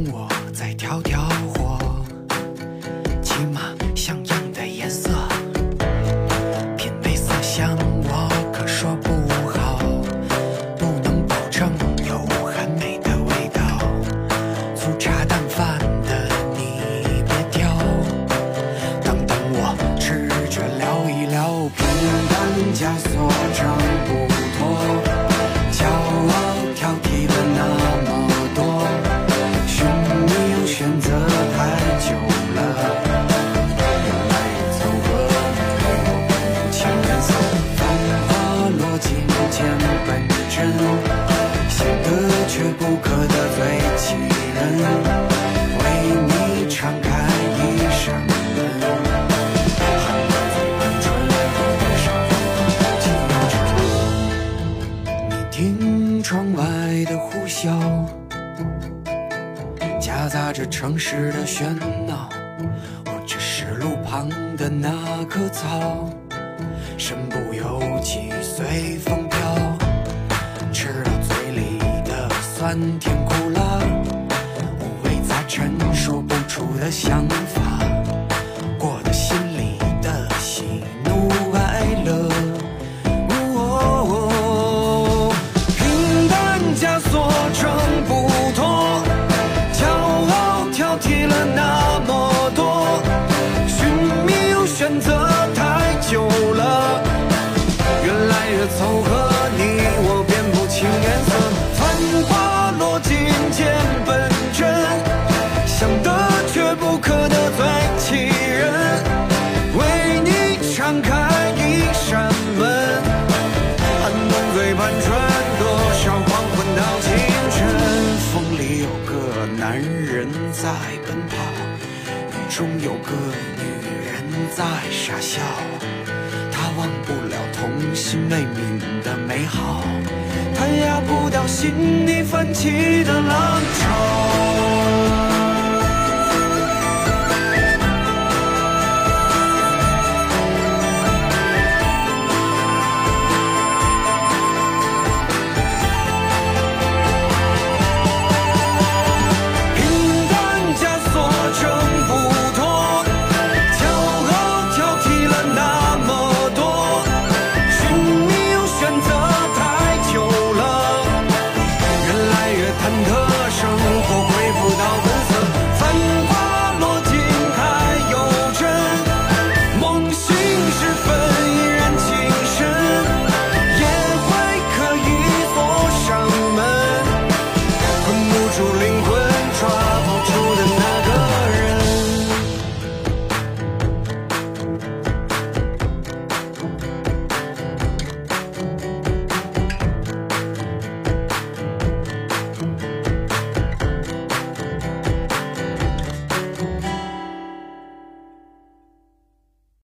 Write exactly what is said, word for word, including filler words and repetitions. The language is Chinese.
我再挑挑货，起码像样的颜色，品味色香我可说不好，不能保证有很美的味道。粗茶淡饭的你别挑，等等我吃着聊一聊，平淡枷锁挣不脱，骄傲挑剔了那么多，寻觅又选择太久了，原来凑合对我并不情愿色，繁华落尽见本真，显得却不可得罪其人，为你敞开一扇门，含着嘴半唇，多少风华几你听窗外的呼啸，夹杂着城市的喧闹，我只是路旁的那棵草，身不由己随风飘，吃到嘴里的酸甜苦辣，五味杂陈说不出的想法，过得心里的喜怒哀乐。枷锁挣不脱，骄傲挑剔了那么多，寻觅又选择太久了，越来越凑合，你我便不清颜色，繁华落尽见本真，想得却不可得罪其人，为你敞开一扇门，寒冬最盘旋，多少黄昏到清晨，风里有个男人在奔跑，雨中有个女人在傻笑，他忘不了童心未泯的美好，他压不掉心底泛起的浪潮。